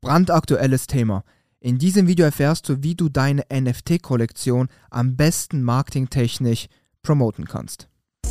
Brandaktuelles Thema. In diesem Video erfährst du, wie du deine NFT-Kollektion am besten marketingtechnisch promoten kannst.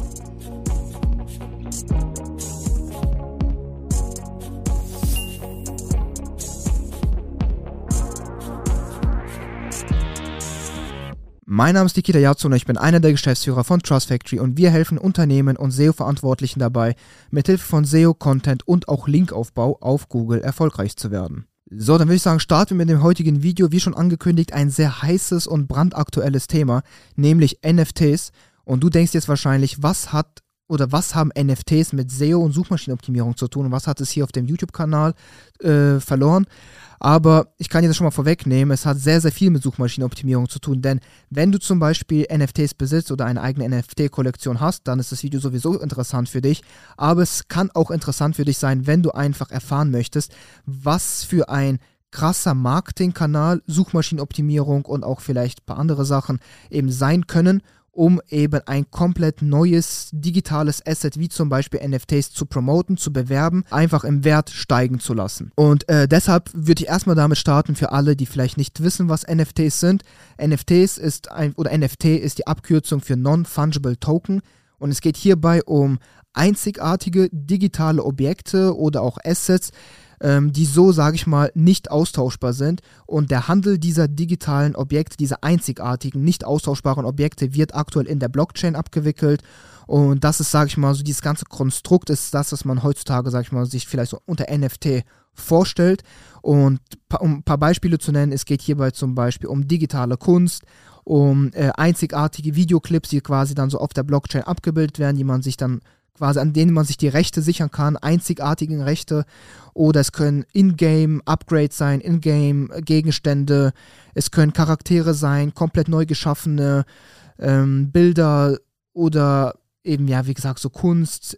Mein Name ist Nikita Yazzo und ich bin einer der Geschäftsführer von Trust Factory und wir helfen Unternehmen und SEO-Verantwortlichen dabei, mithilfe von SEO-Content und auch Linkaufbau auf Google erfolgreich zu werden. So, dann würde ich sagen, starten wir mit dem heutigen Video. Wie schon angekündigt, ein sehr heißes und brandaktuelles Thema, nämlich NFTs. Und du denkst jetzt wahrscheinlich, was haben NFTs mit SEO und Suchmaschinenoptimierung zu tun und was hat es hier auf dem YouTube-Kanal verloren? Aber ich kann dir das schon mal vorwegnehmen, es hat sehr, sehr viel mit Suchmaschinenoptimierung zu tun, denn wenn du zum Beispiel NFTs besitzt oder eine eigene NFT-Kollektion hast, dann ist das Video sowieso interessant für dich, aber es kann auch interessant für dich sein, wenn du einfach erfahren möchtest, was für ein krasser Marketingkanal Suchmaschinenoptimierung und auch vielleicht ein paar andere Sachen eben sein können, um eben ein komplett neues digitales Asset wie zum Beispiel NFTs zu promoten, zu bewerben, einfach im Wert steigen zu lassen. Und deshalb würde ich erstmal damit starten für alle, die vielleicht nicht wissen, was NFTs sind. NFT ist die Abkürzung für Non-Fungible Token und es geht hierbei um einzigartige digitale Objekte oder auch Assets, die so, sage ich mal, nicht austauschbar sind. Und der Handel dieser digitalen Objekte, dieser einzigartigen, nicht austauschbaren Objekte wird aktuell in der Blockchain abgewickelt. Und das ist, sage ich mal, so dieses ganze Konstrukt ist das, was man heutzutage, sage ich mal, sich vielleicht so unter NFT vorstellt. Und um ein paar Beispiele zu nennen, es geht hierbei zum Beispiel um digitale Kunst, um einzigartige Videoclips, die quasi dann so auf der Blockchain abgebildet werden, die man sich dann an denen man sich die Rechte sichern kann, einzigartigen Rechte, oder es können Ingame-Upgrades sein, Ingame-Gegenstände, es können Charaktere sein, komplett neu geschaffene Bilder oder eben, ja, wie gesagt, so Kunst,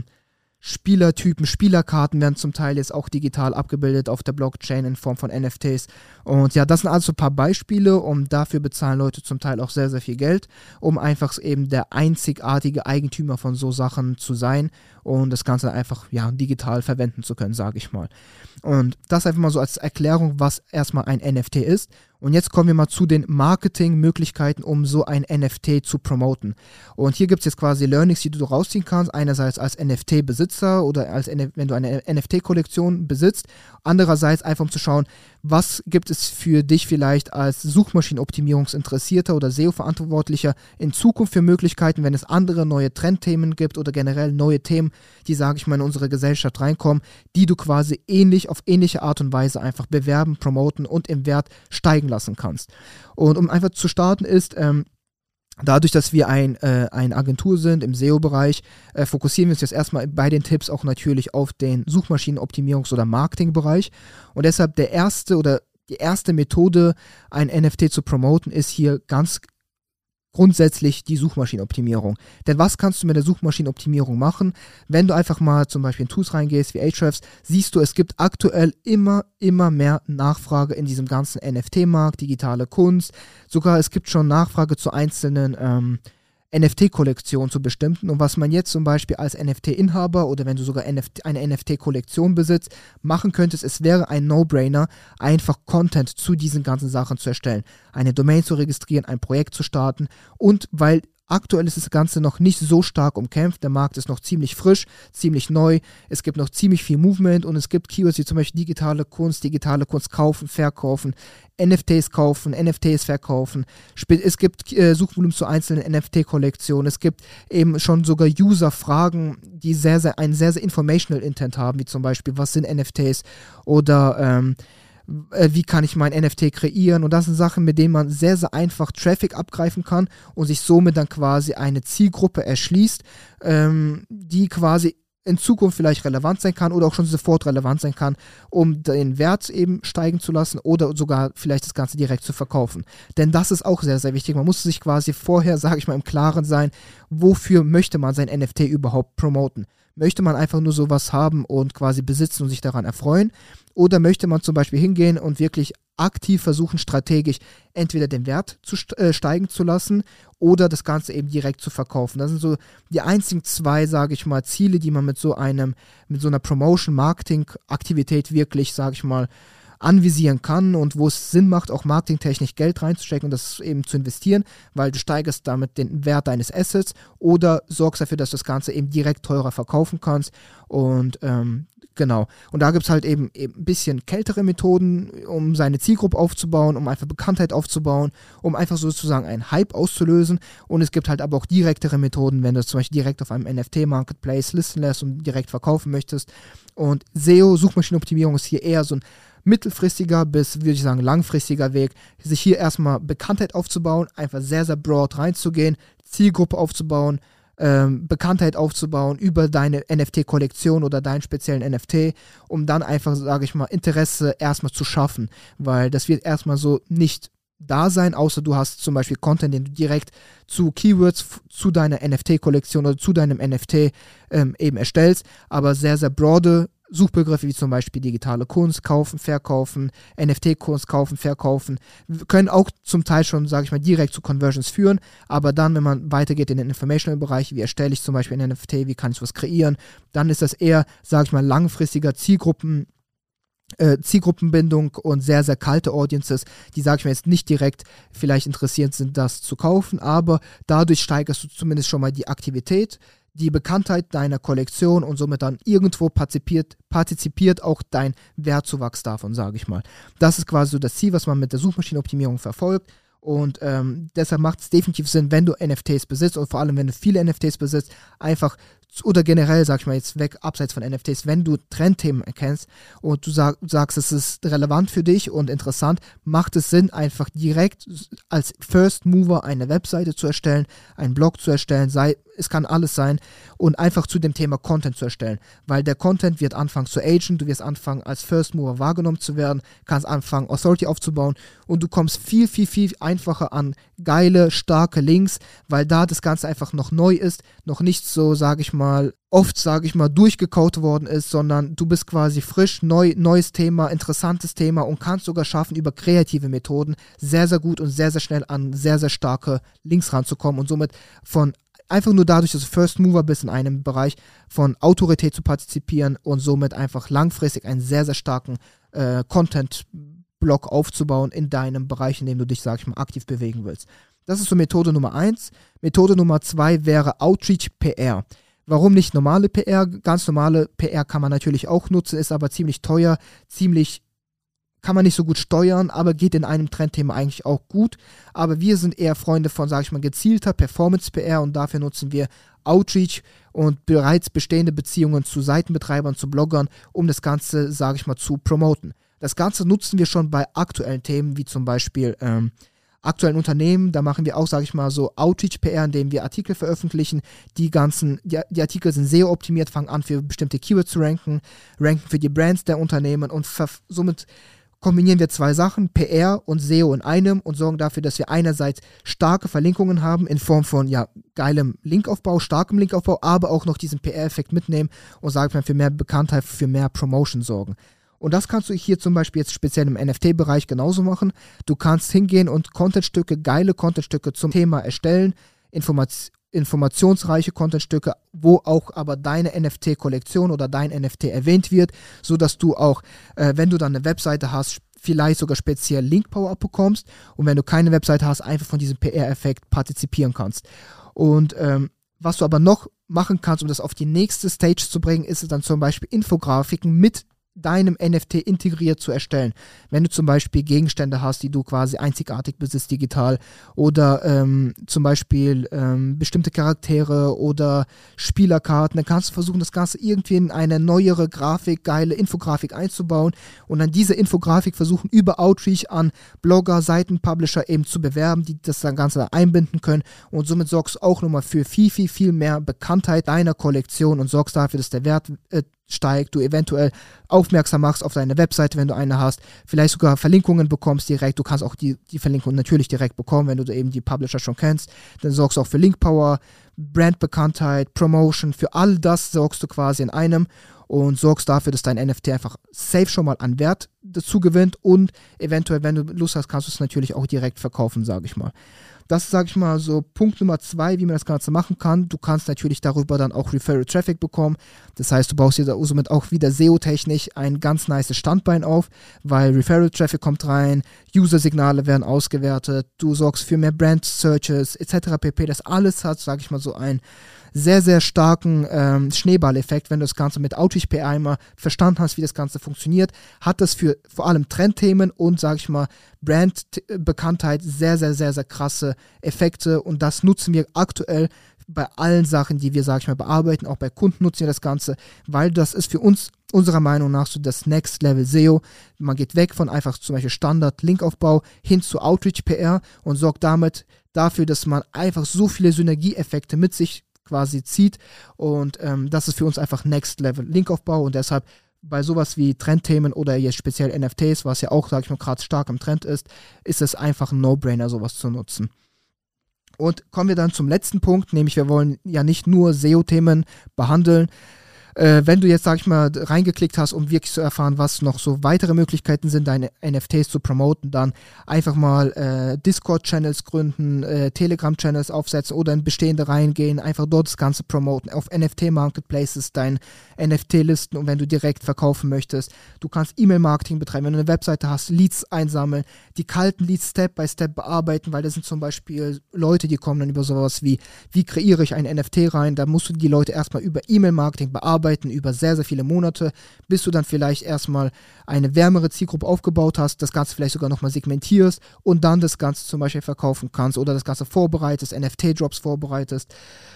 Spielertypen, Spielerkarten werden zum Teil jetzt auch digital abgebildet auf der Blockchain in Form von NFTs. Und ja, das sind also ein paar Beispiele und dafür bezahlen Leute zum Teil auch sehr, sehr viel Geld, um einfach eben der einzigartige Eigentümer von so Sachen zu sein und das Ganze einfach, ja, digital verwenden zu können, sage ich mal. Und das einfach mal so als Erklärung, was erstmal ein NFT ist. Und jetzt kommen wir mal zu den Marketingmöglichkeiten, um so ein NFT zu promoten. Und hier gibt es jetzt quasi Learnings, die du rausziehen kannst. Einerseits als NFT-Besitzer oder wenn du eine NFT-Kollektion besitzt. Andererseits einfach um zu schauen, was gibt es für dich vielleicht als Suchmaschinenoptimierungsinteressierter oder SEO-Verantwortlicher in Zukunft für Möglichkeiten, wenn es andere neue Trendthemen gibt oder generell neue Themen, die, sage ich mal, in unsere Gesellschaft reinkommen, die du quasi auf ähnliche Art und Weise einfach bewerben, promoten und im Wert steigen lassen kannst. Und um einfach zu starten ist, dadurch, dass wir eine Agentur sind im SEO-Bereich, fokussieren wir uns jetzt erstmal bei den Tipps auch natürlich auf den Suchmaschinenoptimierungs- oder Marketingbereich. Und deshalb die erste Methode, ein NFT zu promoten, ist hier ganz grundsätzlich die Suchmaschinenoptimierung. Denn was kannst du mit der Suchmaschinenoptimierung machen? Wenn du einfach mal zum Beispiel in Tools reingehst wie Ahrefs, siehst du, es gibt aktuell immer mehr Nachfrage in diesem ganzen NFT-Markt, digitale Kunst. Sogar es gibt schon Nachfrage zu einzelnen NFT-Kollektionen zu bestimmten. Und was man jetzt zum Beispiel als NFT-Inhaber oder wenn du sogar eine NFT-Kollektion besitzt, machen könntest, es wäre ein No-Brainer, einfach Content zu diesen ganzen Sachen zu erstellen. Eine Domain zu registrieren, ein Projekt zu starten und weil aktuell ist das Ganze noch nicht so stark umkämpft, der Markt ist noch ziemlich frisch, ziemlich neu, es gibt noch ziemlich viel Movement und es gibt Keywords wie zum Beispiel digitale Kunst kaufen, verkaufen, NFTs kaufen, NFTs verkaufen, es gibt Suchvolumen zu einzelnen NFT-Kollektionen, es gibt eben schon sogar User-Fragen, die einen sehr, sehr informational Intent haben, wie zum Beispiel, was sind NFTs oder wie kann ich mein NFT kreieren, und das sind Sachen, mit denen man sehr, sehr einfach Traffic abgreifen kann und sich somit dann quasi eine Zielgruppe erschließt, die quasi in Zukunft vielleicht relevant sein kann oder auch schon sofort relevant sein kann, um den Wert eben steigen zu lassen oder sogar vielleicht das Ganze direkt zu verkaufen. Denn das ist auch sehr, sehr wichtig. Man muss sich quasi vorher, sage ich mal, im Klaren sein, wofür möchte man sein NFT überhaupt promoten. Möchte man einfach nur sowas haben und quasi besitzen und sich daran erfreuen? Oder möchte man zum Beispiel hingehen und wirklich aktiv versuchen, strategisch entweder den Wert steigen zu lassen oder das Ganze eben direkt zu verkaufen? Das sind so die einzigen zwei, sage ich mal, Ziele, die man mit so einer Promotion-Marketing-Aktivität wirklich, sage ich mal, anvisieren kann und wo es Sinn macht, auch marketingtechnisch Geld reinzustecken und das eben zu investieren, weil du steigerst damit den Wert deines Assets oder sorgst dafür, dass du das Ganze eben direkt teurer verkaufen kannst. Und genau. Und da gibt es halt eben ein bisschen kältere Methoden, um seine Zielgruppe aufzubauen, um einfach Bekanntheit aufzubauen, um einfach sozusagen einen Hype auszulösen. Und es gibt halt aber auch direktere Methoden, wenn du es zum Beispiel direkt auf einem NFT-Marketplace listen lässt und direkt verkaufen möchtest. Und SEO, Suchmaschinenoptimierung, ist hier eher so ein mittelfristiger bis, würde ich sagen, langfristiger Weg, sich hier erstmal Bekanntheit aufzubauen, einfach sehr, sehr broad reinzugehen, Zielgruppe aufzubauen, Bekanntheit aufzubauen über deine NFT-Kollektion oder deinen speziellen NFT, um dann einfach, sage ich mal, Interesse erstmal zu schaffen, weil das wird erstmal so nicht da sein, außer du hast zum Beispiel Content, den du direkt zu Keywords zu deiner NFT-Kollektion oder zu deinem NFT eben erstellst, aber sehr, sehr broade Suchbegriffe wie zum Beispiel digitale Kunst, kaufen, verkaufen, NFT-Kunst, kaufen, verkaufen, können auch zum Teil schon, sage ich mal, direkt zu Conversions führen, aber dann, wenn man weitergeht in den Informational-Bereich, wie erstelle ich zum Beispiel ein NFT, wie kann ich was kreieren, dann ist das eher, sage ich mal, langfristiger Zielgruppenbindung und sehr, sehr kalte Audiences, die, sage ich mal, jetzt nicht direkt vielleicht interessiert sind, das zu kaufen, aber dadurch steigerst du zumindest schon mal die Aktivität, die Bekanntheit deiner Kollektion und somit dann irgendwo partizipiert auch dein Wertzuwachs davon, sage ich mal. Das ist quasi so das Ziel, was man mit der Suchmaschinenoptimierung verfolgt. Und deshalb macht es definitiv Sinn, wenn du NFTs besitzt und vor allem, wenn du viele NFTs besitzt, einfach oder generell, sag ich mal jetzt weg, abseits von NFTs, wenn du Trendthemen erkennst und du sagst, es ist relevant für dich und interessant, macht es Sinn, einfach direkt als First Mover eine Webseite zu erstellen, einen Blog zu erstellen, es kann alles sein und einfach zu dem Thema Content zu erstellen, weil der Content wird anfangen zu agen, du wirst anfangen als First Mover wahrgenommen zu werden, kannst anfangen Authority aufzubauen und du kommst viel, viel, viel einfacher an geile, starke Links, weil da das Ganze einfach noch neu ist, noch nicht so, sage ich mal, durchgekaut worden ist, sondern du bist quasi frisch, neues Thema, interessantes Thema und kannst sogar schaffen, über kreative Methoden sehr, sehr gut und sehr, sehr schnell an sehr, sehr starke Links ranzukommen und somit einfach nur dadurch, dass du First Mover bist in einem Bereich, von Autorität zu partizipieren und somit einfach langfristig einen sehr, sehr starken Content-Block aufzubauen in deinem Bereich, in dem du dich, sag ich mal, aktiv bewegen willst. Das ist so Methode Nummer 1. Methode Nummer 2 wäre Outreach PR. Warum nicht normale PR? Ganz normale PR kann man natürlich auch nutzen, ist aber ziemlich teuer, kann man nicht so gut steuern, aber geht in einem Trendthema eigentlich auch gut. Aber wir sind eher Freunde von, sage ich mal, gezielter Performance-PR und dafür nutzen wir Outreach und bereits bestehende Beziehungen zu Seitenbetreibern, zu Bloggern, um das Ganze, sage ich mal, zu promoten. Das Ganze nutzen wir schon bei aktuellen Themen, wie zum Beispiel aktuellen Unternehmen. Da machen wir auch, sage ich mal, so Outreach-PR, indem wir Artikel veröffentlichen. Die Artikel sind SEO-optimiert, fangen an, für bestimmte Keywords zu ranken für die Brands der Unternehmen und somit kombinieren wir zwei Sachen, PR und SEO in einem und sorgen dafür, dass wir einerseits starke Verlinkungen haben in Form von geilem Linkaufbau, starkem Linkaufbau, aber auch noch diesen PR-Effekt mitnehmen und, sage ich mal, für mehr Bekanntheit, für mehr Promotion sorgen. Und das kannst du hier zum Beispiel jetzt speziell im NFT-Bereich genauso machen. Du kannst hingehen und geile Contentstücke zum Thema erstellen, informationsreiche Contentstücke, wo auch aber deine NFT-Kollektion oder dein NFT erwähnt wird, sodass du auch, wenn du dann eine Webseite hast, vielleicht sogar speziell Link-Power abbekommst und wenn du keine Webseite hast, einfach von diesem PR-Effekt partizipieren kannst. Und was du aber noch machen kannst, um das auf die nächste Stage zu bringen, ist es dann zum Beispiel Infografiken mit deinem NFT integriert zu erstellen. Wenn du zum Beispiel Gegenstände hast, die du quasi einzigartig besitzt digital oder zum Beispiel bestimmte Charaktere oder Spielerkarten, dann kannst du versuchen, das Ganze irgendwie in eine neuere Grafik, geile Infografik einzubauen und dann diese Infografik versuchen, über Outreach an Blogger, Seitenpublisher eben zu bewerben, die das dann Ganze einbinden können und somit sorgst du auch nochmal für viel, viel, viel mehr Bekanntheit deiner Kollektion und sorgst dafür, dass der Wert steigt, du eventuell aufmerksam machst auf deine Webseite, wenn du eine hast, vielleicht sogar Verlinkungen bekommst direkt, du kannst auch die Verlinkungen natürlich direkt bekommen, wenn du eben die Publisher schon kennst, dann sorgst du auch für Linkpower, Brandbekanntheit, Promotion, für all das sorgst du quasi in einem und sorgst dafür, dass dein NFT einfach safe schon mal an Wert dazu gewinnt und eventuell, wenn du Lust hast, kannst du es natürlich auch direkt verkaufen, sage ich mal. Das ist, sag ich mal, so Punkt Nummer 2, wie man das Ganze machen kann. Du kannst natürlich darüber dann auch Referral Traffic bekommen. Das heißt, du baust dir somit auch wieder SEO-technisch ein ganz nice Standbein auf, weil Referral Traffic kommt rein, User-Signale werden ausgewertet, du sorgst für mehr Brand-Searches etc. pp. Das alles hat, sag ich mal, so einen sehr, sehr starken Schneeballeffekt. Wenn du das Ganze mit Outreach PR einmal verstanden hast, wie das Ganze funktioniert, hat das für vor allem Trendthemen und, sag ich mal, Brandbekanntheit sehr, sehr, sehr, sehr krasse Effekte, und das nutzen wir aktuell bei allen Sachen, die wir, sag ich mal, bearbeiten. Auch bei Kunden nutzen wir das Ganze, weil das ist für uns unserer Meinung nach so das Next Level SEO. Man geht weg von einfach zum Beispiel Standard-Linkaufbau hin zu Outreach PR und sorgt damit dafür, dass man einfach so viele Synergieeffekte mit sich quasi zieht, und das ist für uns einfach Next Level Linkaufbau, und deshalb bei sowas wie Trendthemen oder jetzt speziell NFTs, was ja auch, sag ich mal, gerade stark im Trend ist es einfach ein No-Brainer, sowas zu nutzen. Und kommen wir dann zum letzten Punkt, nämlich wir wollen ja nicht nur SEO-Themen behandeln. Wenn du jetzt, sag ich mal, reingeklickt hast, um wirklich zu erfahren, was noch so weitere Möglichkeiten sind, deine NFTs zu promoten, dann einfach mal Discord-Channels gründen, Telegram-Channels aufsetzen oder in bestehende reingehen, einfach dort das Ganze promoten, auf NFT-Marketplaces deine NFT-Listen, und wenn du direkt verkaufen möchtest, du kannst E-Mail-Marketing betreiben, wenn du eine Webseite hast, Leads einsammeln, die kalten Leads Step by Step bearbeiten, weil das sind zum Beispiel Leute, die kommen dann über sowas wie kreiere ich ein NFT rein, da musst du die Leute erstmal über E-Mail-Marketing bearbeiten, über sehr, sehr viele Monate, bis du dann vielleicht erstmal eine wärmere Zielgruppe aufgebaut hast, das Ganze vielleicht sogar nochmal segmentierst und dann das Ganze zum Beispiel verkaufen kannst oder das Ganze vorbereitest, NFT-Drops vorbereitest.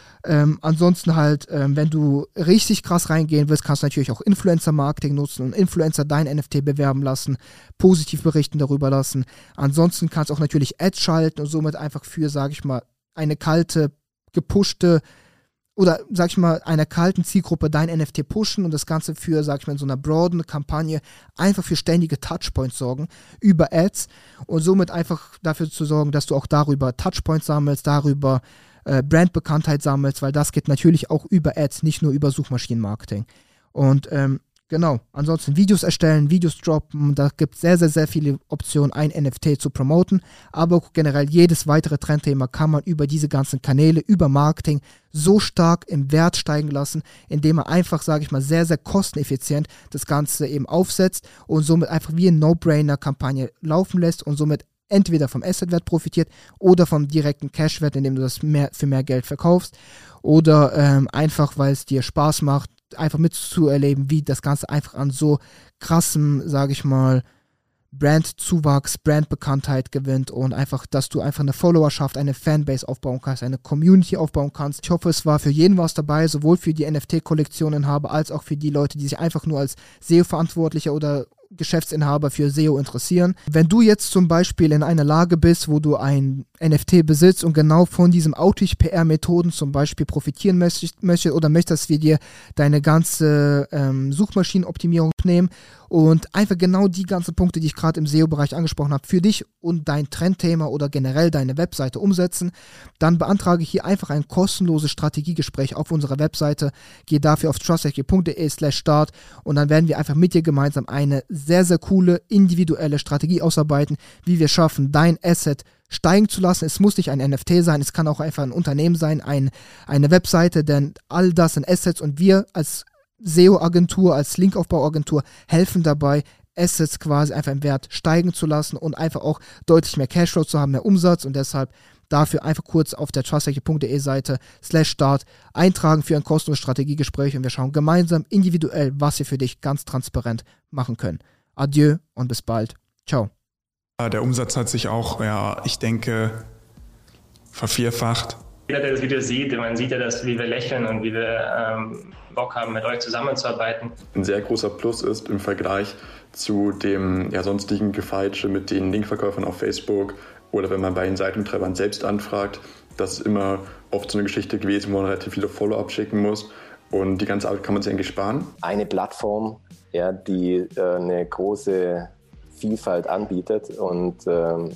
Ansonsten halt, wenn du richtig krass reingehen willst, kannst du natürlich auch Influencer-Marketing nutzen und Influencer dein NFT bewerben lassen, positiv berichten darüber lassen. Ansonsten kannst du auch natürlich Ads schalten und somit einfach für, sage ich mal, eine kalte, gepushte oder, sag ich mal, einer kalten Zielgruppe dein NFT pushen und das Ganze für, sag ich mal, in so einer broaden Kampagne einfach für ständige Touchpoints sorgen über Ads und somit einfach dafür zu sorgen, dass du auch darüber Touchpoints sammelst, darüber Brandbekanntheit sammelst, weil das geht natürlich auch über Ads, nicht nur über Suchmaschinenmarketing. Und genau, ansonsten Videos erstellen, Videos droppen, da gibt es sehr, sehr, sehr viele Optionen, ein NFT zu promoten, aber auch generell jedes weitere Trendthema kann man über diese ganzen Kanäle, über Marketing so stark im Wert steigen lassen, indem man einfach, sage ich mal, sehr, sehr kosteneffizient das Ganze eben aufsetzt und somit einfach wie eine No-Brainer-Kampagne laufen lässt und somit entweder vom Assetwert profitiert oder vom direkten Cashwert, indem du das für mehr Geld verkaufst, oder einfach, weil es dir Spaß macht, einfach mitzuerleben, wie das Ganze einfach an so krassem, sage ich mal, Brandzuwachs, Brandbekanntheit gewinnt und einfach, dass du einfach eine Followerschaft, eine Fanbase aufbauen kannst, eine Community aufbauen kannst. Ich hoffe, es war für jeden was dabei, sowohl für die NFT-Kollektionenhaber als auch für die Leute, die sich einfach nur als SEO-Verantwortlicher oder Geschäftsinhaber für SEO interessieren. Wenn du jetzt zum Beispiel in einer Lage bist, wo du ein NFT besitzt und genau von diesen Outreach-PR-Methoden zum Beispiel profitieren möchtest oder möchtest, dass wir dir deine ganze Suchmaschinenoptimierung nehmen und einfach genau die ganzen Punkte, die ich gerade im SEO-Bereich angesprochen habe, für dich und dein Trendthema oder generell deine Webseite umsetzen, dann beantrage hier einfach ein kostenloses Strategiegespräch auf unserer Webseite. Geh dafür auf trustacking.de/start und dann werden wir einfach mit dir gemeinsam eine sehr, sehr coole individuelle Strategie ausarbeiten, wie wir schaffen, dein Asset steigen zu lassen. Es muss nicht ein NFT sein, es kann auch einfach ein Unternehmen sein, eine Webseite, denn all das sind Assets und wir als SEO-Agentur, als Linkaufbauagentur helfen dabei, Assets quasi einfach im Wert steigen zu lassen und einfach auch deutlich mehr Cashflow zu haben, mehr Umsatz, und deshalb dafür einfach kurz auf der trustacking.de/start eintragen für ein kostenloses Strategiegespräch und wir schauen gemeinsam individuell, was wir für dich ganz transparent machen können. Adieu und bis bald. Ciao. Der Umsatz hat sich auch, ich denke, vervierfacht. Jeder, der das Video sieht, man sieht ja, wie wir lächeln und wie wir Bock haben, mit euch zusammenzuarbeiten. Ein sehr großer Plus ist im Vergleich zu dem sonstigen Gefeitsche mit den Linkverkäufern auf Facebook oder wenn man bei den Seitentreibern selbst anfragt. Das ist immer oft so eine Geschichte gewesen, wo man relativ viele Follow-up schicken muss und die ganze Arbeit kann man sich eigentlich sparen. Eine Plattform, die eine große Vielfalt anbietet und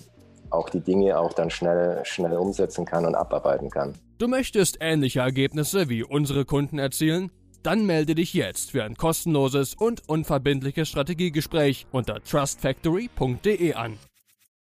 auch die Dinge auch dann schnell umsetzen kann und abarbeiten kann. Du möchtest ähnliche Ergebnisse wie unsere Kunden erzielen? Dann melde dich jetzt für ein kostenloses und unverbindliches Strategiegespräch unter trustfactory.de an.